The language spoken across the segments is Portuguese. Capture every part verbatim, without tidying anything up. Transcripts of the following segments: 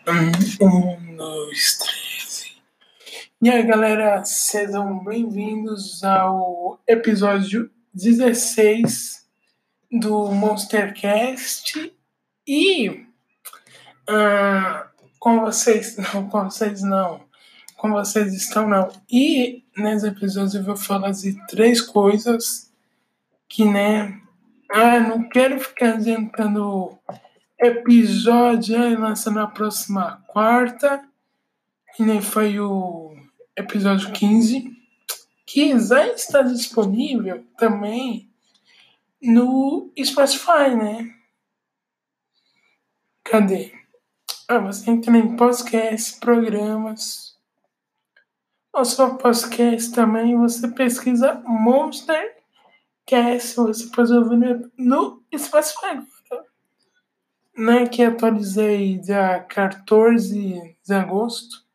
Um, dois, três. E aí, galera, sejam bem-vindos ao episódio dezesseis do Monstercast. E ah, com vocês, não, com vocês não, com vocês estão não. E nesse episódio eu vou falar de três coisas que, né, ah, não quero ficar adiantando episódio, aí lança na próxima quarta. Que nem foi o episódio quinze, que já está disponível também no Spotify, né? Cadê? Ah, você entra em podcast, programas. Ou só podcast também, você pesquisa Monstercast, você pode ouvir no, no Spotify. Né, que atualizei dia quatorze de agosto.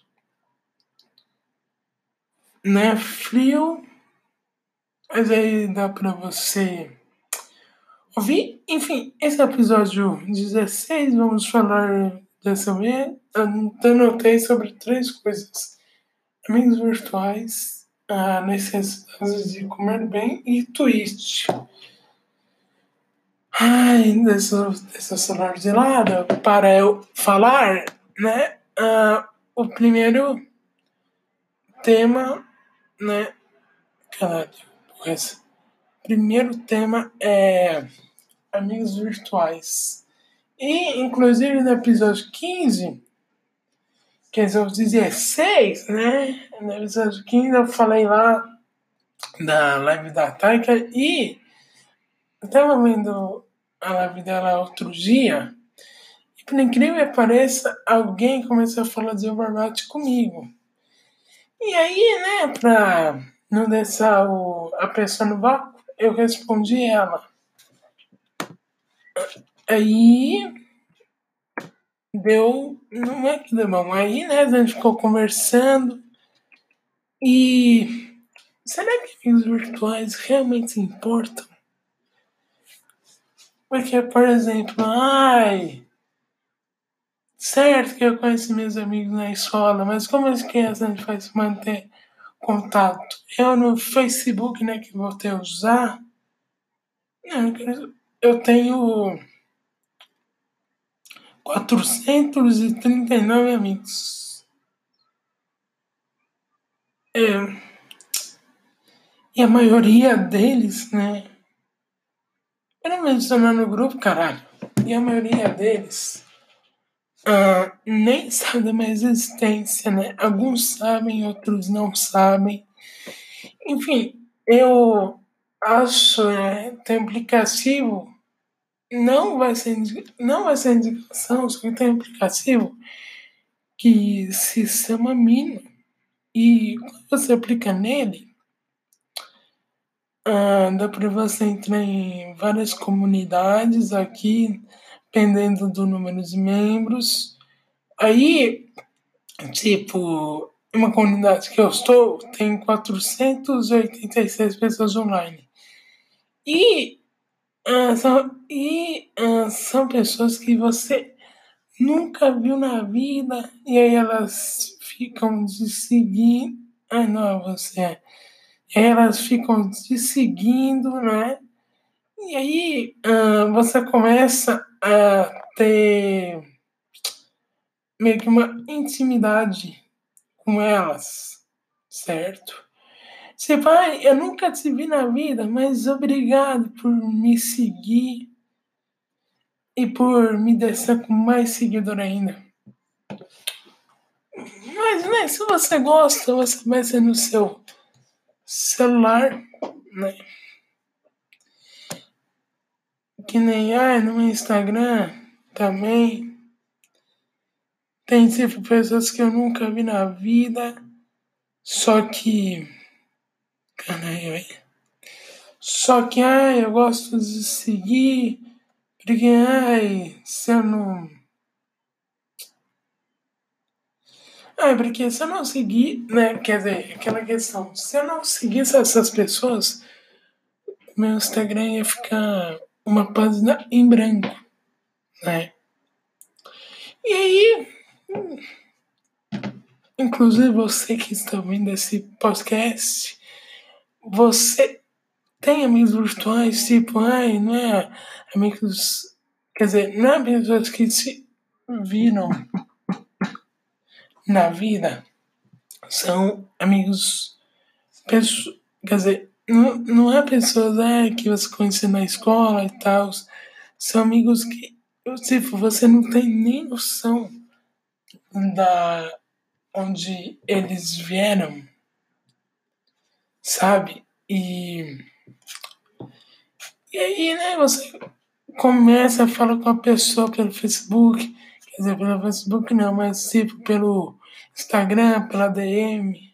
Né, frio, mas aí dá pra você ouvir. Enfim, esse episódio dezesseis, vamos falar dessa vez. Eu anotei sobre três coisas: amigos virtuais, a necessidade de comer bem e twist. Ai, deixa, deixa o celular de lado para eu falar, né? Uh, o primeiro tema, né? Caralho, esse primeiro tema é amigos virtuais. E, inclusive, no episódio quinze, que é o dezesseis, né? No episódio quinze eu falei lá da live da Taika e eu tava vendo a live dela outro dia e, por incrível que pareça, alguém começou a falar de Overwatch comigo. E aí, né, pra não deixar o, a pessoa no vácuo, eu respondi ela. Aí deu, não é que deu bom, aí né, a gente ficou conversando e será que amigos virtuais realmente importam? Porque, por exemplo, ai, certo que eu conheço meus amigos na escola, mas como é que a gente faz manter contato? Eu no Facebook, né, que voltei a usar, eu tenho quatrocentos e trinta e nove amigos. É, e a maioria deles, né? Era me adicionar no grupo, caralho. E a maioria deles uh, nem sabe da minha existência, né? Alguns sabem, outros não sabem. Enfim, eu acho, né, tempo aplicativo não vai ser não vai ser indicação, só que tem aplicativo que se chama Mino. E quando você aplica nele, ah, dá para você entrar em várias comunidades aqui, dependendo do número de membros. Aí, tipo, uma comunidade que eu estou tem quatrocentas e oitenta e seis pessoas online. E, ah, são, e ah, são pessoas que você nunca viu na vida, e aí elas ficam te seguindo. Ah, não, você é. E aí elas ficam te seguindo, né? E aí uh, você começa a ter meio que uma intimidade com elas, certo? Você vai, eu nunca te vi na vida, mas obrigado por me seguir e por me deixar com mais seguidor ainda. Mas, né, se você gosta, você vai ser no seu celular, né? Que nem, ah, no Instagram também. Tem tipo pessoas que eu nunca vi na vida, só que. Caralho, velho. Só que, ai, eu gosto de seguir, porque, ai, se eu não. Ai, porque se eu não seguir, né, quer dizer, aquela questão, se eu não seguisse essas pessoas, meu Instagram ia ficar uma página em branco, né? E aí, inclusive você que está ouvindo esse podcast, você tem amigos virtuais, tipo, ai, não é amigos, quer dizer, não é pessoas que se viram na vida, são amigos, pesso- quer dizer, não, não é pessoas é, que você conheceu na escola e tal, são amigos que, tipo, você não tem nem noção da onde eles vieram, sabe? E, e aí, né, você começa a falar com a pessoa pelo Facebook, quer dizer, pelo Facebook não, mas tipo pelo Instagram, pela D M.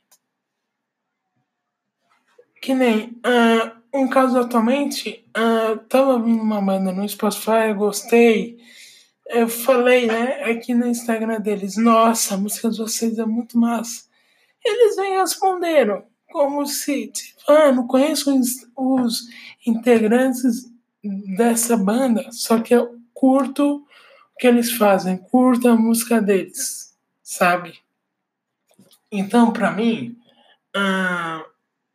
Que nem ah, um caso atualmente, ah, tava ouvindo uma banda no Spotify, eu gostei. Eu falei, né, aqui no Instagram deles, nossa, a música de vocês é muito massa. Eles vêm e responderam, como se, tipo, ah, não conheço os, os integrantes dessa banda, só que eu curto o que eles fazem, curto a música deles, sabe? Então, pra mim, ah,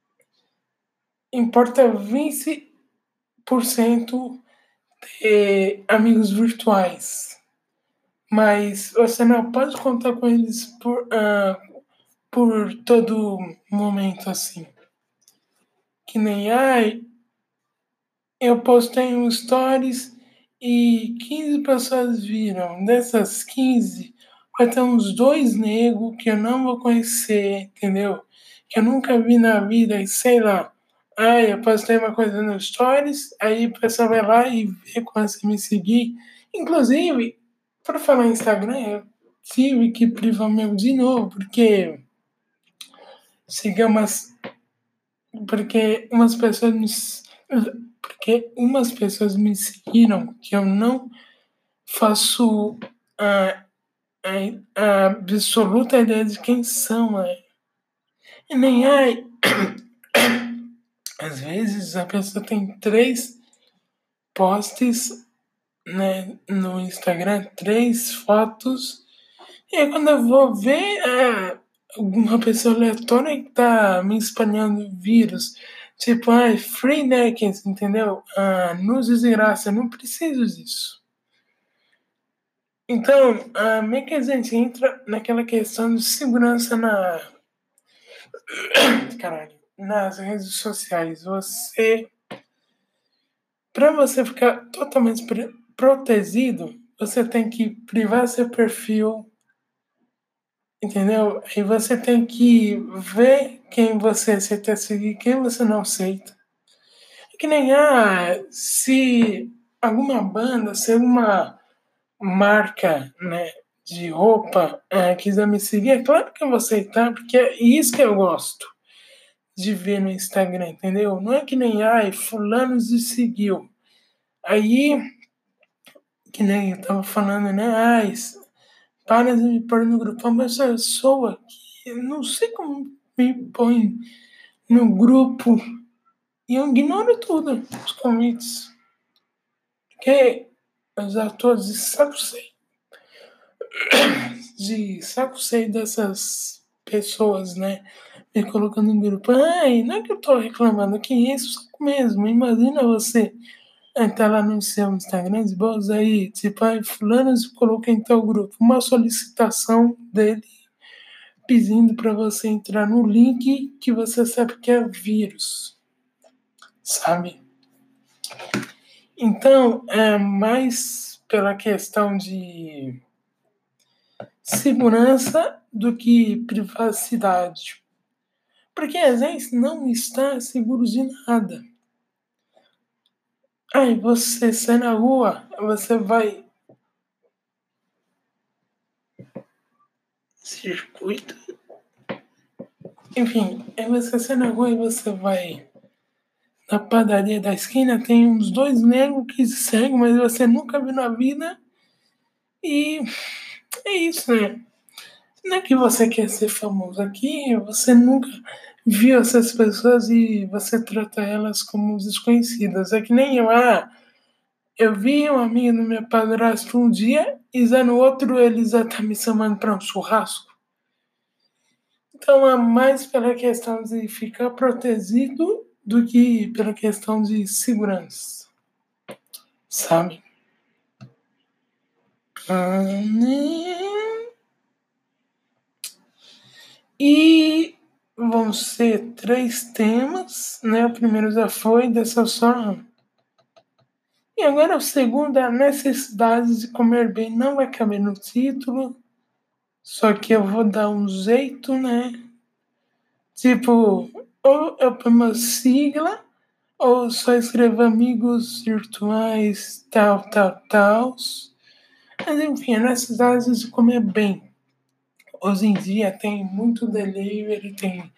importa vinte por cento ter amigos virtuais, mas você não pode contar com eles por, ah, por todo momento assim. Que nem, ai, eu postei um stories e quinze pessoas viram. Dessas quinze, vai ter uns dois negros que eu não vou conhecer, entendeu? Que eu nunca vi na vida e sei lá. Ah, eu postei uma coisa no stories, aí o pessoal vai lá e vê, começa a me seguir. Inclusive, para falar em Instagram, eu tive que privar meu de novo, porque seguir umas porque umas pessoas me porque umas pessoas me seguiram que eu não faço a, a, a absoluta ideia de quem são, né? E nem ai, às vezes a pessoa tem três posts, né, no Instagram, três fotos, e aí quando eu vou ver, é alguma pessoa aleatória que tá me espalhando vírus. Tipo, ai, free naked, entendeu? Ah, nuzes e graça, eu não preciso disso. Então, ah, meio que a gente entra naquela questão de segurança na, caralho, nas redes sociais. Você, para você ficar totalmente pre- protegido, você tem que privar seu perfil, entendeu? E você tem que ver quem você aceita seguir, quem você não aceita. É que nem, ah, se alguma banda, se alguma marca, né, de roupa ah, quiser me seguir, é claro que eu vou aceitar, porque é isso que eu gosto de ver no Instagram, entendeu? Não é que nem, ai, fulano me seguiu. Aí, que nem eu tava falando, né, ai, para de me pôr no grupo. Mas eu sou aqui, eu não sei como me põe no grupo e eu ignoro tudo, os convites. Porque eu já tô de saco cheio, de saco cheio dessas pessoas, né? Me colocando em grupo. Ai, não é que eu tô reclamando, que isso, saco mesmo. Imagina você entrar lá no seu Instagram de boas aí, tipo, ai, fulano se coloca em tal grupo. Uma solicitação dele pedindo para você entrar no link que você sabe que é vírus, sabe? Então, é mais pela questão de segurança do que privacidade. Porque a gente não está seguro de nada. Aí você sai na rua, você vai. Circuito. Enfim, aí você sai na rua e você vai na padaria da esquina, tem uns dois negros que seguem, mas você nunca viu na vida. E é isso, né? Não é que você quer ser famoso aqui, você nunca viu essas pessoas e você trata elas como desconhecidas. É que nem eu, ah, eu vi um amigo do meu padrasto um dia e já no outro ele já tá me chamando para um churrasco. Então é mais pela questão de ficar protegido do que pela questão de segurança, sabe? Ah, né? E vão ser três temas, né? O primeiro já foi, dessa só. E agora o segundo é a necessidade de comer bem. Não vai caber no título, só que eu vou dar um jeito, né? Tipo, ou eu ponho uma sigla, ou só escrevo amigos virtuais, tal, tal, tal. Mas enfim, a necessidade de comer bem. Hoje em dia tem muito delivery, tem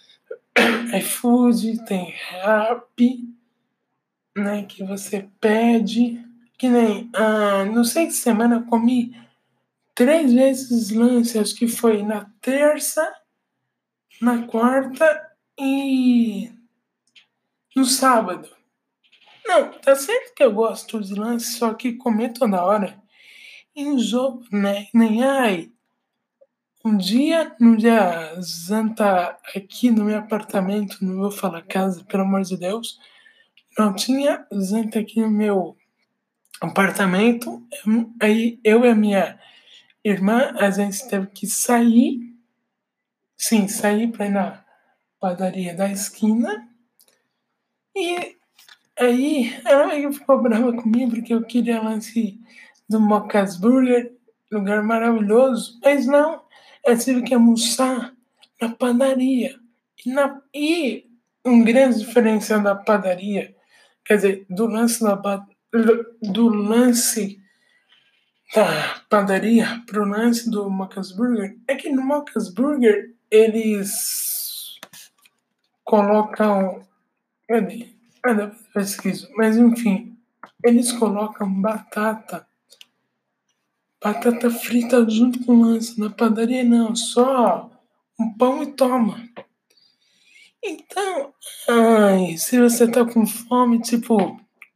iFood, tem Rappi, né, que você pede. Que nem, ah, não sei que semana eu comi três vezes lanche, acho que foi na terça, na quarta e no sábado. Não, tá certo que eu gosto de lanche, só que comer toda hora enjoo, né? Nem ai. Um dia, num dia Zanta aqui no meu apartamento, não vou falar casa, pelo amor de Deus, não tinha Zanta aqui no meu apartamento. Aí eu e a minha irmã, a gente teve que sair, sim, sair para ir na padaria da esquina. E aí ela meio que ficou brava comigo porque eu queria lance do Mocas Burger, lugar maravilhoso, mas não, eu tive que almoçar na padaria. E, na, e um grande diferencial da padaria, quer dizer, do lance da, do lance da padaria pro lance do Mocas Burger, é que no Mocas Burger eles colocam. Cadê? Ah, depois eu pesquiso. Mas enfim, eles colocam batata. Batata frita junto com lança. Na padaria não, só um pão e toma. Então, ai, se você tá com fome, tipo.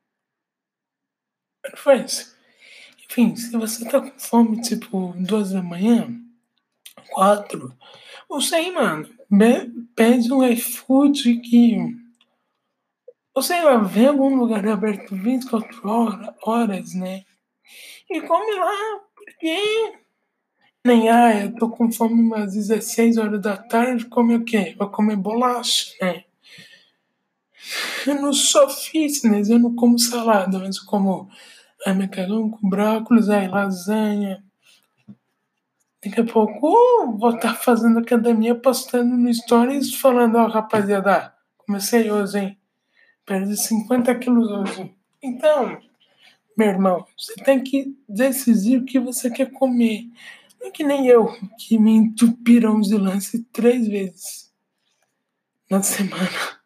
Não faz. Enfim, se você tá com fome, tipo, duas da manhã, quatro, não sei, mano. Be- pede um iFood que. Ou sei lá, vê algum lugar aberto vinte e quatro hora- horas, né? E come lá, porque nem, ah, eu tô com fome umas dezesseis horas da tarde, come o quê? Vou comer bolacha, né? Eu não sou fitness, eu não como salada, mas eu como ai, macarrão com brócolis, aí lasanha. Daqui a pouco uh, vou estar fazendo academia, postando no stories, falando, ó, rapaziada, comecei hoje, hein? Perdi cinquenta quilos hoje. Então, meu irmão, você tem que decidir o que você quer comer. Não é que nem eu, que me entupiram de lance três vezes na semana.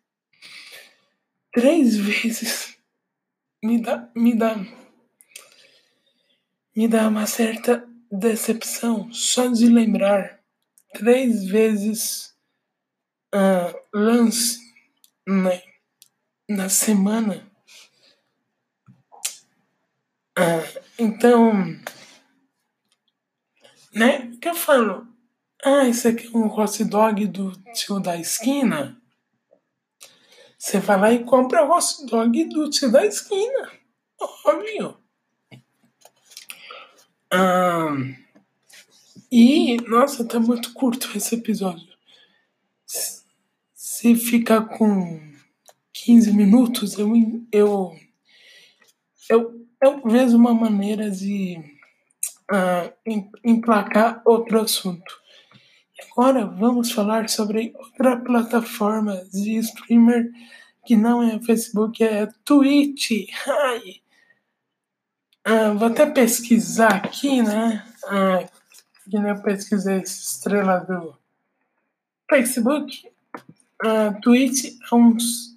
Três vezes. Me dá, me dá, me dá uma certa decepção só de lembrar. Três vezes ah, lance na, na semana. Ah, então, né? O que eu falo? Ah, isso aqui é um hot dog do tio da esquina. Você vai lá e compra o hot dog do tio da esquina. Óbvio. Ah, e, nossa, tá muito curto esse episódio. Se ficar com quinze minutos, eu, eu, eu, eu vejo uma maneira de ah, emplacar outro assunto. Agora vamos falar sobre outra plataforma de streamer que não é Facebook, é Twitch. Ai. Ah, vou até pesquisar aqui, né? Ah, que nem eu pesquisei essa estrela do Facebook. Ah, Twitch é um.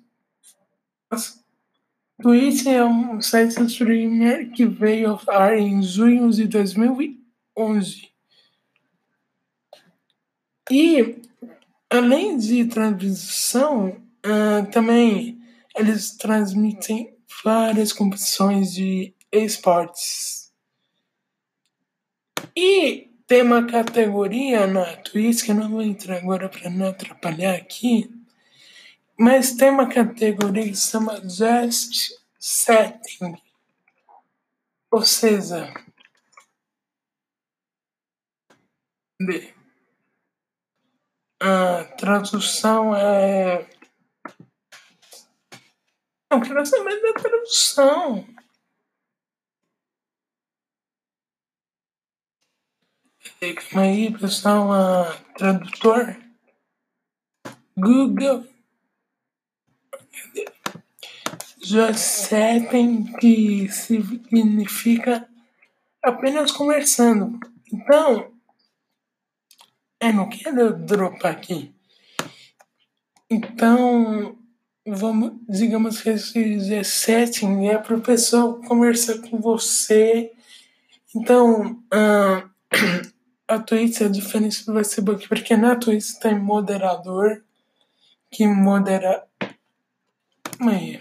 Twitch é um site streamer que veio ao ar em junho de dois mil e onze. E, além de transmissão, ah, também eles transmitem várias competições de esportes. E tem uma categoria na Twitch, que eu não vou entrar agora para não atrapalhar aqui, mas tem uma categoria que se chama Just Setting. Ou seja, a tradução é. Não quero saber da tradução. Calma aí, pessoal, a tradutor. Google. Just Setting, que significa apenas conversando. Então, eu não quero dropar aqui. Então, vamos, digamos que esse setting é para o pessoal conversar com você. Então, uh, a Twitch é diferente do Facebook, porque na Twitch tem moderador que modera. Aí.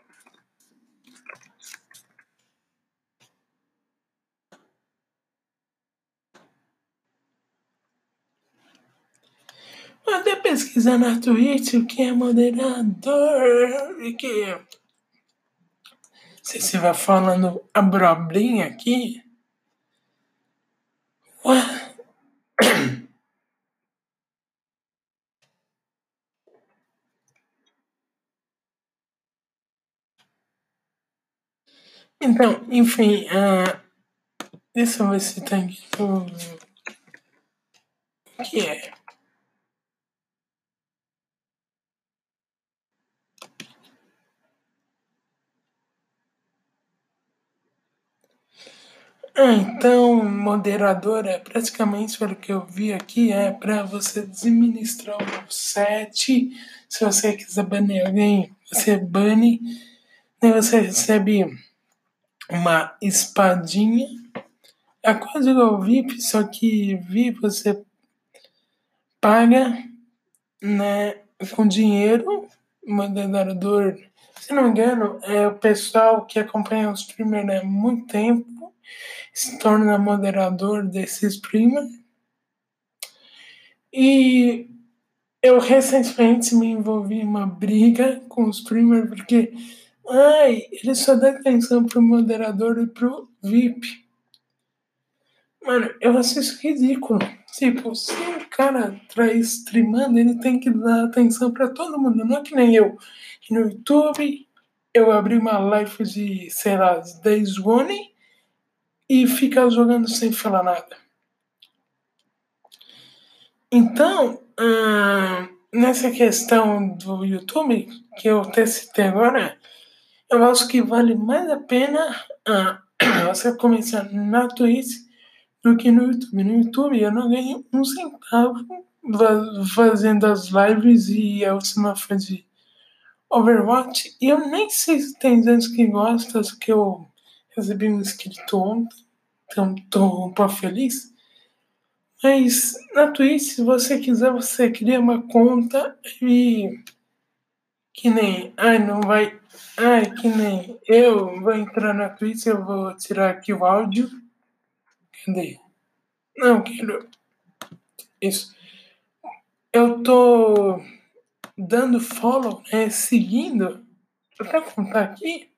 Até pesquisar na Twitch o que é moderador. E que se você vai falando abobrinha aqui. Ué. Então, enfim, uh, deixa eu ver se tem aqui. O que é? Ah, então, moderador é praticamente, pelo que eu vi aqui, é para você administrar o set. Se você quiser banir alguém, você bane. Daí você recebe uma espadinha. É quase igual o V I P, só que V I P você paga, né, com dinheiro. Moderador, se não me engano, é o pessoal que acompanha o streamer há muito tempo se torna moderador desse streamer. E eu recentemente me envolvi em uma briga com o streamer porque ai, ele só dá atenção pro moderador e pro V I P. Mano, eu acho isso ridículo. Tipo, se um cara tá streamando, ele tem que dar atenção pra todo mundo. Não é que nem eu. No YouTube, eu abri uma live de, sei lá, Days Gone e ficar jogando sem falar nada. Então, hum, nessa questão do YouTube, que eu até citei agora, eu acho que vale mais a pena hum, você começar na Twitch do que no YouTube. No YouTube eu não ganho um centavo fazendo as lives e a última foi de Overwatch. E eu nem sei se tem gente que gosta, só que eu recebi um inscrito ontem, então tô um pouco feliz. Mas na Twitch, se você quiser, você cria uma conta e que nem, ai, não vai, ai, que nem eu vou entrar na Twitch, eu vou tirar aqui o áudio. Cadê? Não, quero. Isso. Eu tô dando follow, né, seguindo. Pra contar aqui,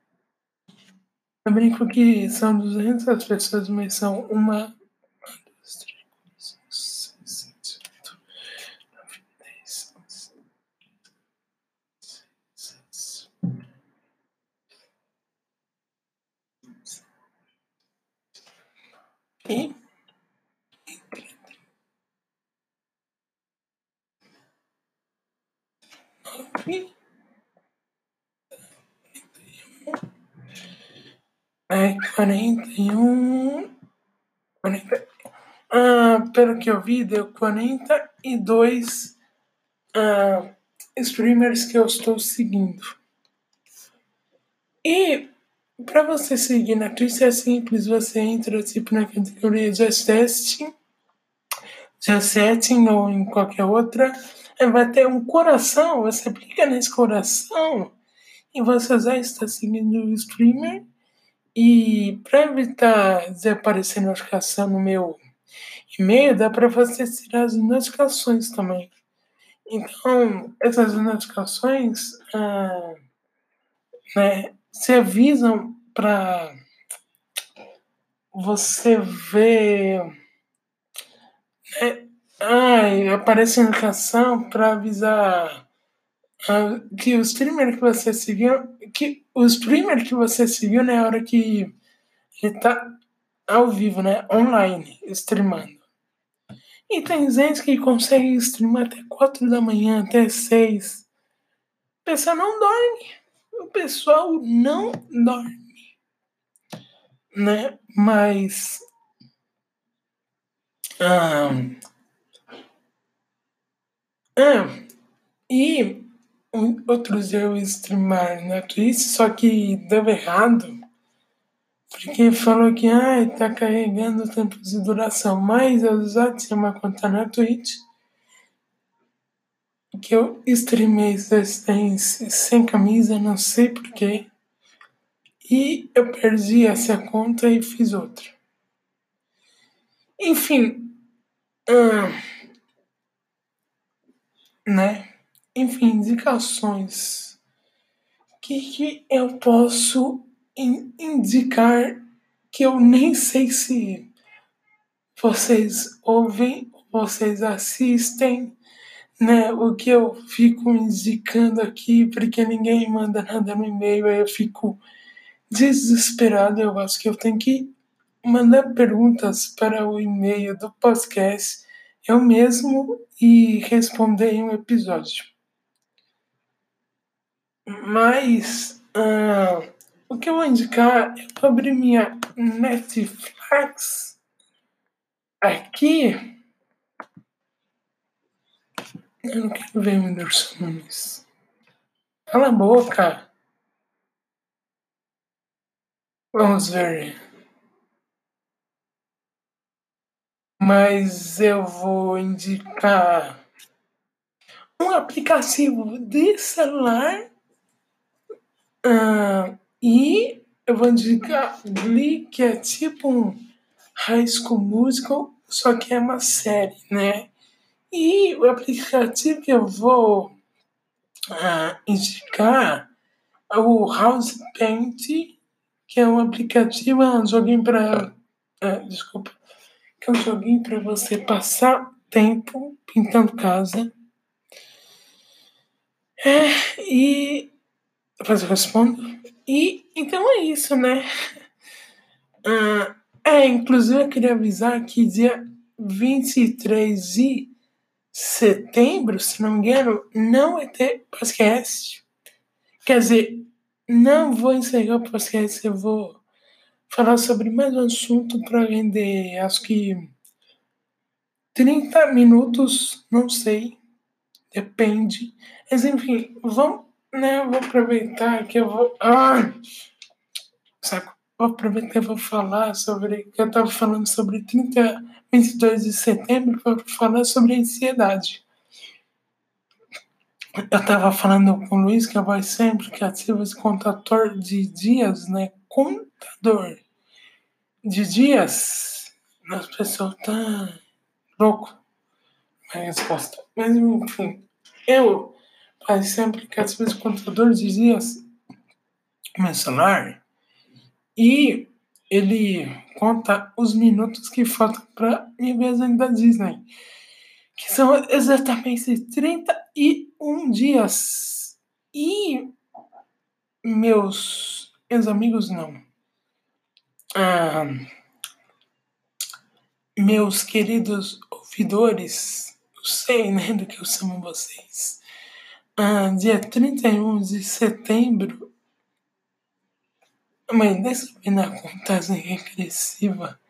eu brinco que são duzentas pessoas, mas são uma, duas, três, quatro, cinco, seis, sete, oito, nove, dez, onze, e nove, é quarenta e um, quarenta, ah, pelo que eu vi, deu quarenta e dois ah, streamers que eu estou seguindo. E para você seguir na Twitch é simples, você entra tipo na categoria Just Testing, Just Setting ou em qualquer outra, aí vai ter um coração, você clica nesse coração e você já está seguindo o streamer. E para evitar desaparecer notificação no meu E-mail dá para você tirar as notificações também. Então, essas notificações, ah, né, se avisam para você ver. É, ai, aparece notificação para avisar ah, que o streamer que você seguiu. Que o streamer que você seguiu na hora que ele tá ao vivo, né? Online, streamando. E tem gente que consegue streamar até quatro da manhã, até seis. O pessoal não dorme. O pessoal não dorme, né? Mas. Ah, ah, e um- outros eu streamar na Twitch, só que deu errado. Porque falou que ai, tá carregando o tempo de duração. Mas eu já tinha uma conta na Twitch que eu streamei Resistência sem camisa, não sei porquê. E eu perdi essa conta e fiz outra. Enfim, ah, né? Enfim, indicações. O que, que eu posso in- indicar que eu nem sei se vocês ouvem, vocês assistem, né? O que eu fico indicando aqui, porque ninguém manda nada no e-mail, aí eu fico desesperado. Eu acho que eu tenho que mandar perguntas para o e-mail do podcast eu mesmo e responder em um episódio. Mas ah, o que eu vou indicar é sobre minha Netflix aqui. Eu não quero ver o Whindersson Nunes. Cala a boca. Vamos ver. Mas eu vou indicar um aplicativo de celular ah, e eu vou indicar Glee, que é tipo um High School Musical, só que é uma série, né? E o aplicativo que eu vou ah, indicar é o House Paint, que é um aplicativo, é um joguinho para. Ah, desculpa. Que é um joguinho para você passar tempo pintando casa. É, e. Depois eu respondo. E então é isso, né? Ah, é, inclusive eu queria avisar que dia vinte e três de setembro, se não me engano, não vai ter podcast. Quer dizer, não vou encerrar o podcast, eu vou falar sobre mais um assunto para render, acho que trinta minutos, não sei, depende. Mas enfim, vamos, né, eu vou aproveitar que eu vou. Ah, saco. Vou aproveitar e vou falar sobre. Que eu estava falando sobre trinta, vinte e dois de setembro, para falar sobre ansiedade. Eu estava falando com o Luiz, que é voz sempre, que ativa esse contador de dias, né? Contador de dias. As pessoas tá louco na resposta. Mas enfim, eu faz sempre que ativa esse contador de dias no meu celular e ele conta os minutos que faltam para minha viagem da Disney, que são exatamente trinta e um dias. E meus, meus amigos não. Ah, meus queridos ouvidores, eu sei, né, do que eu chamo vocês. Ah, dia trinta e um de setembro, mãe, deixa eu ver na contagem regressiva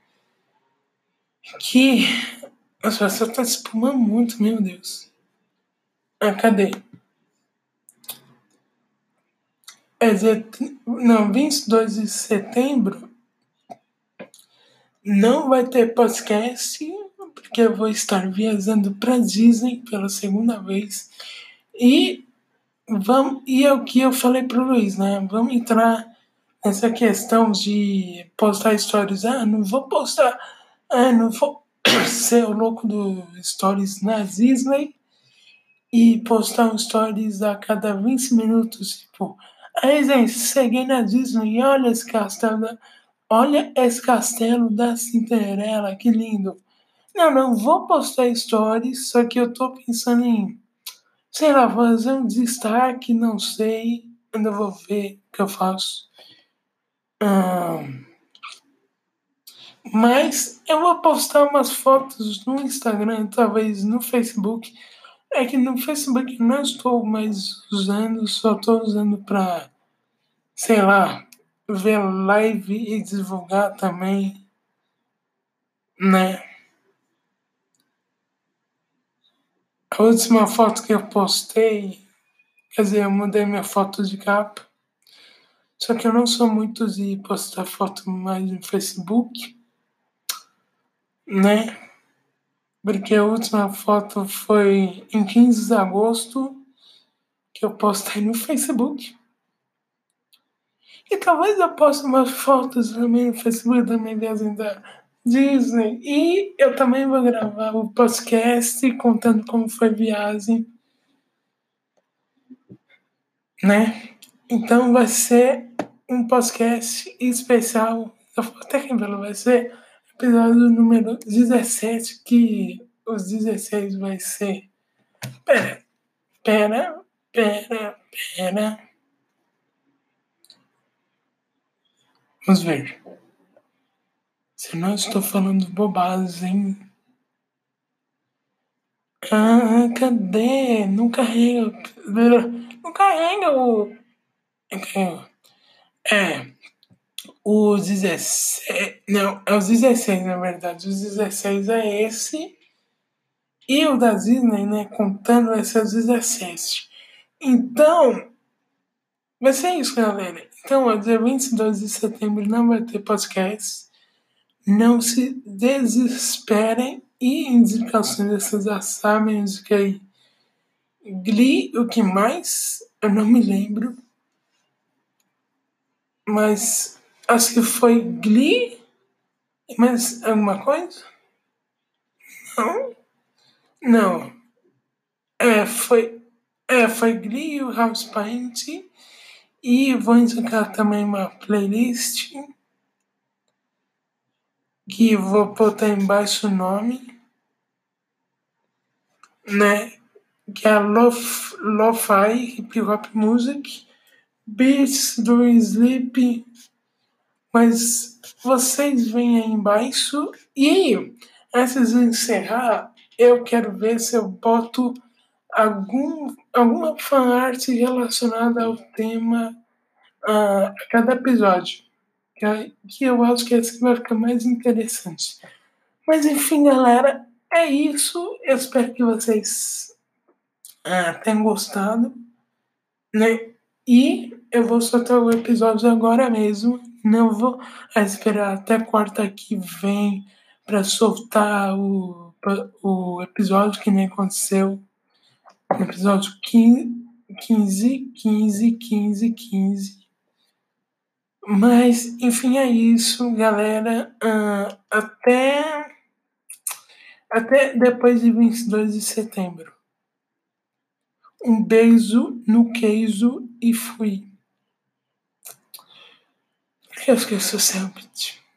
que as pessoas estão espumando muito, meu Deus. Ah, cadê? É dia, não, vinte e dois de setembro não vai ter podcast, porque eu vou estar viajando para Disney pela segunda vez. E vamos, e é o que eu falei pro Luiz, né? Vamos entrar nessa questão de postar stories. Ah, não vou postar. Ah, não vou. ser o louco do stories na Disney e postar um stories a cada vinte minutos, tipo, aí gente, cheguei na Disney e olha esse castelo, da- olha esse castelo da Cinderela, que lindo. Não, não vou postar stories, só que eu tô pensando em, sei lá, fazer um destaque, não sei, ainda vou ver o que eu faço. Ahn, mas eu vou postar umas fotos no Instagram, talvez no Facebook. É que no Facebook eu não estou mais usando, só estou usando para, sei lá, ver live e divulgar também, né? A última foto que eu postei, quer dizer, eu mudei minha foto de capa, só que eu não sou muito de postar foto mais no Facebook, né? Porque a última foto foi em quinze de agosto que eu postei no Facebook. E talvez eu poste umas fotos também no Facebook da minha viagem da Disney. E eu também vou gravar o podcast contando como foi a viagem, né? Então vai ser um podcast especial. Eu vou até lembrar, vai ser episódio número dezessete, que os dezesseis vai ser. Pera, pera, pera, pera. Vamos ver. Se eu não estou falando bobagem. Ah, cadê? Não carrega. Não carrega o. É, os dezesseis. Não, é os dezesseis, na verdade. Os dezesseis é esse. E o da Disney, né? Contando, vai ser os dezessete. Então, vai ser isso, galera. Então, é dia vinte e dois de setembro não vai ter podcast. Não se desesperem. E indicações, vocês já sabem, que aí. Glee, o que mais? Eu não me lembro. Mas acho que foi Glee. Mas alguma coisa? Não? Não. É, foi. É, foi Glee e o House Paint. E vou indicar também uma playlist que vou botar embaixo o nome, né? Que é Lo-Fi Lo Hip Hop Music. Beats do Sleep. Mas vocês vêm aí embaixo. E antes de encerrar, eu quero ver se eu boto algum, alguma fanart relacionada ao tema uh, a cada episódio. Que, que eu acho que esse vai ficar mais interessante. Mas enfim, galera, é isso. Eu espero que vocês uh, tenham gostado, né? E eu vou soltar o episódio agora mesmo. Não vou esperar até quarta que vem para soltar o, o episódio que nem aconteceu no episódio quinze, quinze, quinze, quinze, quinze. Mas, enfim, é isso, galera. Uh, até, até depois de vinte e dois de setembro. Um beijo no queijo e fui. Eu esqueço sempre.